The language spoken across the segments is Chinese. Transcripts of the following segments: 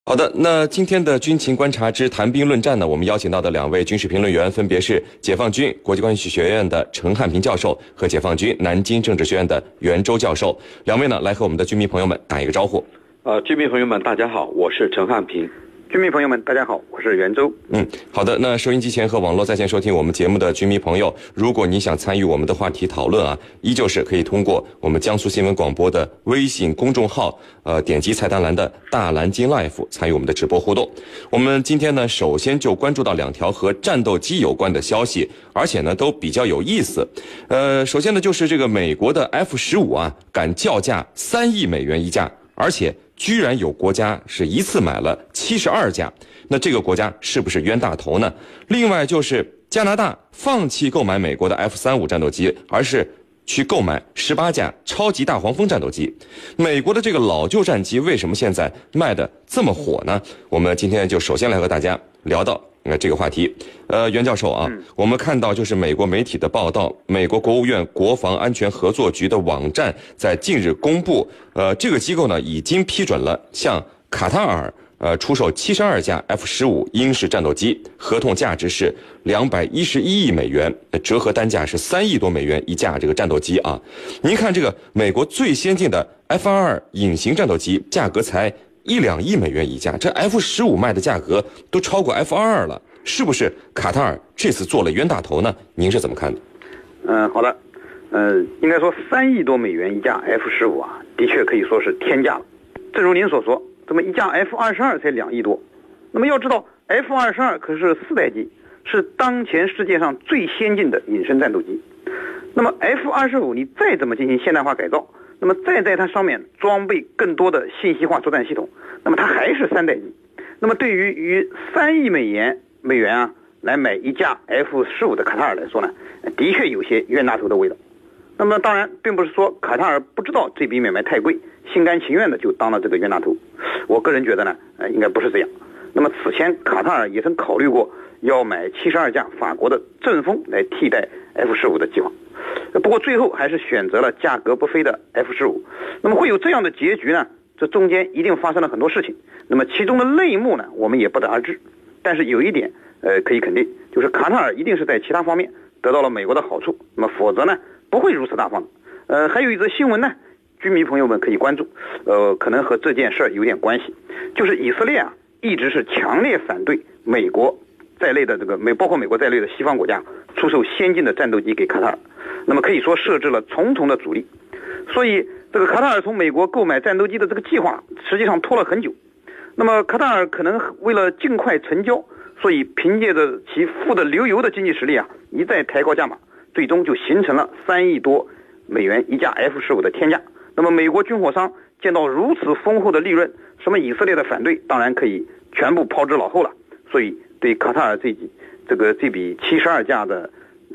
好的，那今天的军情观察之谈兵论战呢，我们邀请到的两位军事评论员分别是解放军国际关系学院的陈汉平教授和解放军南京政治学院的袁周教授。两位呢，来和我们的军迷朋友们打一个招呼。 军迷朋友们，大家好，我是陈汉平。 军迷朋友们，大家好，我是袁周。 好的。那收音机前和网络在线收听我们节目的军迷朋友，如果你想参与我们的话题讨论啊，依旧是可以通过我们江苏新闻广播的微信公众号，点击菜单栏的大蓝鲸 Life 参与我们的直播互动。我们今天呢，首先就关注到两条和战斗机有关的消息，而且呢都比较有意思。首先呢就是这个美国的 F-15啊，敢叫价3亿美元一架，而且居然有国家是一次买了72架，那这个国家是不是冤大头呢？另外就是加拿大放弃购买美国的 F-35战斗机，而是去购买18架超级大黄蜂战斗机。美国的这个老旧战机为什么现在卖的这么火呢？我们今天就首先来和大家聊到这个话题。袁教授啊，我们看到就是美国媒体的报道，美国国务院国防安全合作局的网站在近日公布，这个机构呢已经批准了向卡塔尔出售72架 F-15英式战斗机，合同价值是211亿美元，折合单价是3亿多美元一架这个战斗机啊。您看这个美国最先进的 F-22隐形战斗机价格才1-2亿美元一架，这 F-15卖的价格都超过 F-22了，是不是卡塔尔这次做了冤大头呢？您是怎么看的？ 好的，应该说3亿多美元一架 F-15啊，的确可以说是天价了。正如您所说，这么一架 F-22才2亿多。那么要知道 F-22可是4代机，是当前世界上最先进的隐身战斗机。那么 F-25你再怎么进行现代化改造，那么再在它上面装备更多的信息化作战系统，那么它还是3代机。那么对于3亿美元啊来买一架 F-15的卡塔尔来说呢，的确有些冤大头的味道。那么当然并不是说卡塔尔不知道这笔买卖太贵，心甘情愿的就当了这个冤大头。我个人觉得呢，应该不是这样。那么此前卡塔尔也曾考虑过要买72架法国的阵风来替代 F-15的计划，不过最后还是选择了价格不菲的 F-15。那么会有这样的结局呢？这中间一定发生了很多事情，那么其中的内幕呢，我们也不得而知。但是有一点可以肯定，就是卡塔尔一定是在其他方面得到了美国的好处，那么否则呢不会如此大方。还有一则新闻呢，军迷朋友们可以关注，可能和这件事有点关系，就是以色列啊一直是强烈反对美国在内的包括美国在内的西方国家出售先进的战斗机给卡塔尔，那么可以说设置了重重的阻力。所以这个卡塔尔从美国购买战斗机的这个计划实际上拖了很久。那么卡塔尔可能为了尽快成交，所以凭借着其富得流油的经济实力啊，一再抬高价码，最终就形成了3亿多美元一架 F-15的天价。那么美国军火商见到如此丰厚的利润，什么以色列的反对当然可以全部抛之脑后了。所以对卡塔尔这笔72架的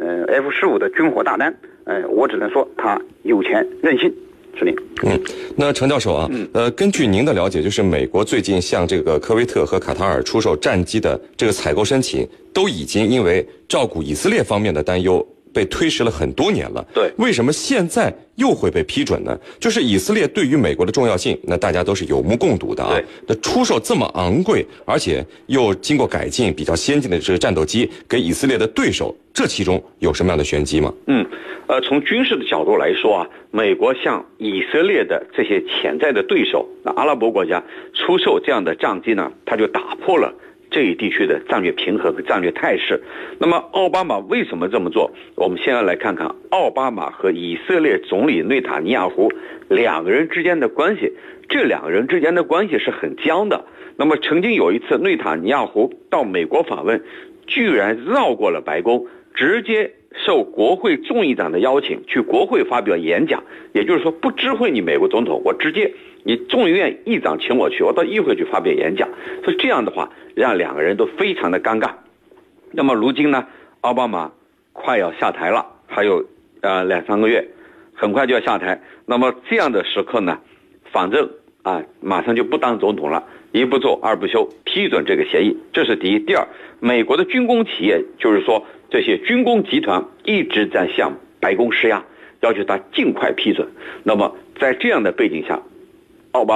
F-15的军火大单，我只能说他有钱任性。是您。 那程教授啊，根据您的了解，就是美国最近向这个科威特和卡塔尔出售战机的这个采购申请，都已经因为照顾以色列方面的担忧被推迟了很多年了。 对， 为什么现在又会被批准呢？就是以色列对于美国的重要性，那大家都是有目共睹的啊。那出售这么昂贵，而且又经过改进、比较先进的这个战斗机给以色列的对手，这其中有什么样的玄机吗？ 从军事的角度来说啊，美国向以色列的这些潜在的对手，那阿拉伯国家出售这样的战机呢，它就打破了这一地区的战略平衡和战略态势。那么奥巴马为什么这么做？我们先来看看奥巴马和以色列总理内塔尼亚胡两个人之间的关系。这两个人之间的关系是很僵的。那么曾经有一次内塔尼亚胡到美国访问，居然绕过了白宫，直接受国会众议长的邀请去国会发表演讲，也就是说不知会你美国总统，我直接你众议院议长请我去，我到议会去发表演讲。所以这样的话让两个人都非常的尴尬。那么如今呢，奥巴马快要下台了，还有2-3个月很快就要下台。那么这样的时刻呢，反正马上就不当总统了，一不做二不休，批准这个协议，这是第一。第二，美国的军工企业，就是说这些军工集团一直在向白宫施压，要求他尽快批准。那么在这样的背景下，奥巴马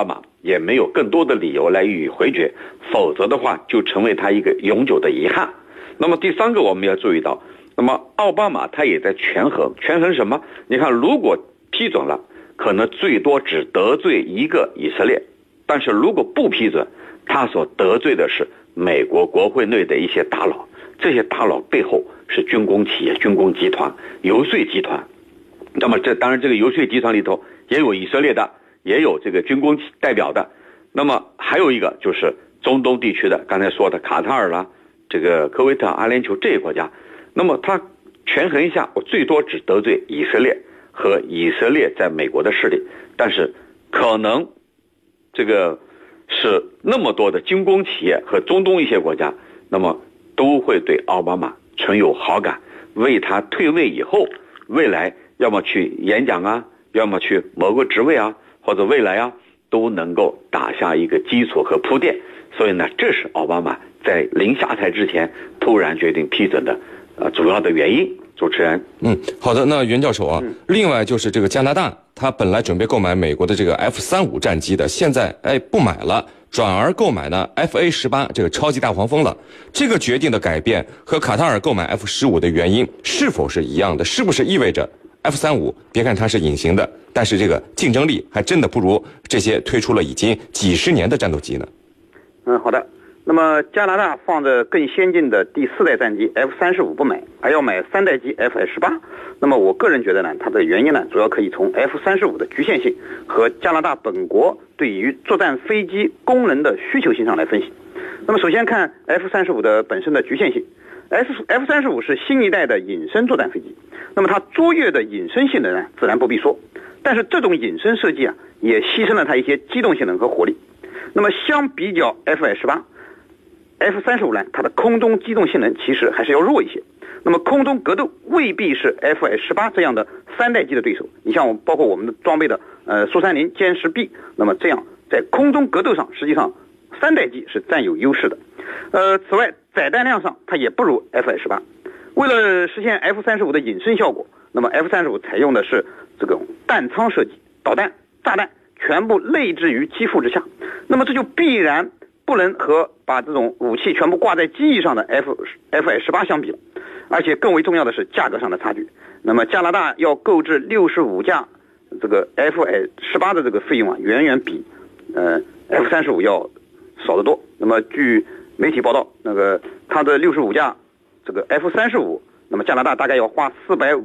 也没有更多的理由来予以回绝，否则的话就成为他一个永久的遗憾。那么第三个我们要注意到，那么奥巴马他也在权衡什么？你看，如果批准了，可能最多只得罪一个以色列，但是如果不批准，他所得罪的是美国国会内的一些大佬，这些大佬背后是军工企业、军工集团、游说集团。那么当然这个游说集团里头也有以色列的，也有这个军工代表的，那么还有一个就是中东地区的，刚才说的卡塔尔啦，这个科威特、阿联酋这些国家。那么他权衡一下，我最多只得罪以色列和以色列在美国的势力，但是可能这个是那么多的军工企业和中东一些国家，那么都会对奥巴马存有好感，为他退位以后未来要么去演讲啊，要么去某个职位啊，或者未来啊，都能够打下一个基础和铺垫。所以呢，这是奥巴马在临下台之前突然决定批准的主要的原因。主持人， 好的。那袁教授啊，另外就是这个加拿大，他本来准备购买美国的这个 F-35战机的，现在不买了，转而购买呢 FA-18这个超级大黄蜂了。这个决定的改变和卡塔尔购买 F-15的原因是否是一样的？是不是意味着 F-35别看它是隐形的，但是这个竞争力还真的不如这些推出了已经几十年的战斗机呢？ 好的。那么加拿大放着更先进的第4代战机 F-35不买，还要买3代机 F-18。那么我个人觉得呢，它的原因呢，主要可以从 F-35的局限性和加拿大本国对于作战飞机功能的需求性上来分析。那么首先看 F-35的本身的局限性。F-35是新一代的隐身作战飞机，那么它卓越的隐身性能呢，自然不必说。但是这种隐身设计啊，也牺牲了它一些机动性能和火力。那么相比较 F-35 呢，它的空中机动性能其实还是要弱一些。那么空中格斗未必是 F-18 这样的3代机的对手。你像包括我们的装备的苏30歼10B， 那么这样在空中格斗上，实际上3代机是占有优势的。此外载弹量上它也不如 F-18。为了实现 F-35的隐身效果，那么 F-35 采用的是这种弹舱设计，导弹、炸弹全部内置于机腹之下。那么这就必然不能和把这种武器全部挂在机翼上的 F-18 相比了，而且更为重要的是价格上的差距。那么加拿大要购置65架这个 F-18 的这个费用啊，远远比F-35要少得多。那么据媒体报道，那个它的65架这个 F-35，那么加拿大大概要花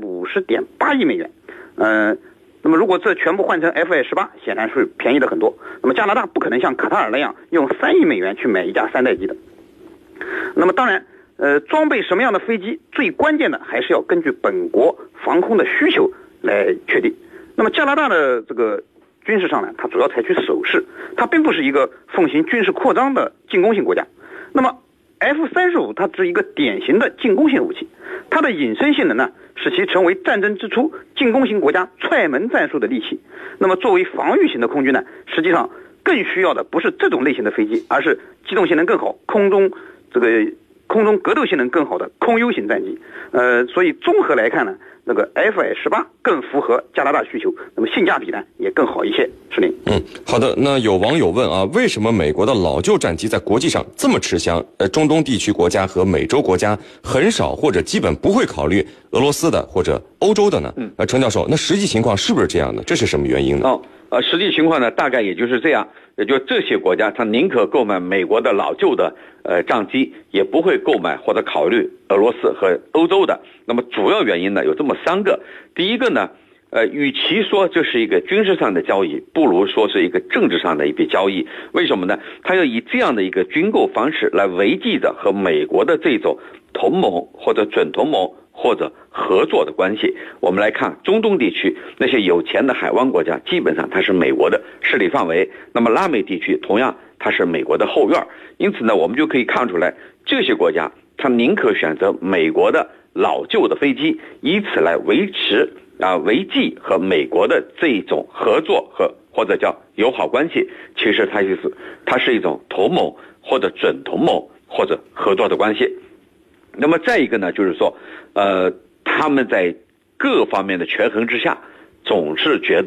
450.8亿美元。那么如果这全部换成 F-18，显然是便宜的很多。那么加拿大不可能像卡塔尔那样用3亿美元去买一架3代机的。那么当然，装备什么样的飞机，最关键的还是要根据本国防空的需求来确定。那么加拿大的这个军事上呢，它主要采取守势，它并不是一个奉行军事扩张的进攻性国家。那么 F-35 它是一个典型的进攻性武器，它的隐身性能呢，使其成为战争之初进攻型国家踹门战术的利器。那么作为防御型的空军呢，实际上更需要的不是这种类型的飞机，而是机动性能更好、空中格斗性能更好的空优型战机。所以综合来看呢，那个 F-18 更符合加拿大需求，那么性价比呢也更好一些。是您。 好的。那有网友问啊，为什么美国的老旧战机在国际上这么吃香？中东地区国家和美洲国家很少或者基本不会考虑俄罗斯的或者欧洲的呢？程教授，那实际情况是不是这样的？这是什么原因呢？ 实际情况呢，大概也就是这样，也就这些国家，他宁可购买美国的老旧的战机，也不会购买或者考虑俄罗斯和欧洲的。那么主要原因呢有这么3个。第一个呢，与其说这是一个军事上的交易，不如说是一个政治上的一笔交易。为什么呢？他要以这样的一个军购方式来维系着和美国的这种同盟或者准同盟或者合作的关系。我们来看中东地区那些有钱的海湾国家，基本上它是美国的势力范围。那么拉美地区同样它是美国的后院。因此呢，我们就可以看出来，这些国家它宁可选择美国的老旧的飞机，以此来维系和美国的这种合作或者叫友好关系。其实它是一种同盟或者准同盟或者合作的关系。那么再一个呢，就是说他们在各方面的权衡之下，总是觉得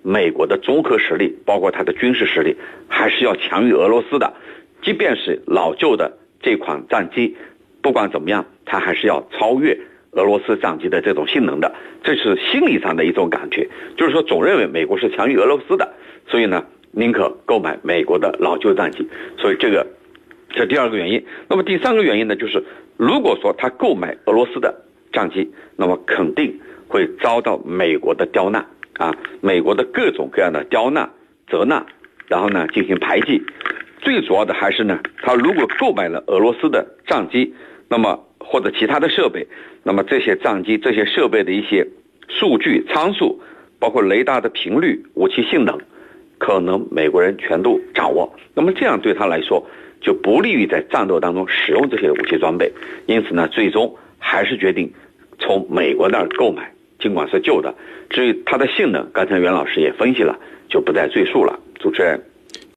美国的综合实力，包括它的军事实力，还是要强于俄罗斯的。即便是老旧的这款战机，不管怎么样，它还是要超越俄罗斯战机的这种性能的。这是心理上的一种感觉，就是说总认为美国是强于俄罗斯的，所以呢，宁可购买美国的老旧战机。所以这第二个原因。那么第三个原因呢，就是如果说他购买俄罗斯的战机，那么肯定会遭到美国的刁难啊，美国的各种各样的刁难、责难，然后呢进行排挤。最主要的还是呢，他如果购买了俄罗斯的战机，那么或者其他的设备，那么这些战机、这些设备的一些数据参数，包括雷达的频率、武器性能，可能美国人全都掌握。那么这样对他来说就不利于在战斗当中使用这些武器装备。因此呢，最终还是决定从美国那儿购买，尽管是旧的。至于它的性能，刚才袁老师也分析了，就不再赘述了。主持人。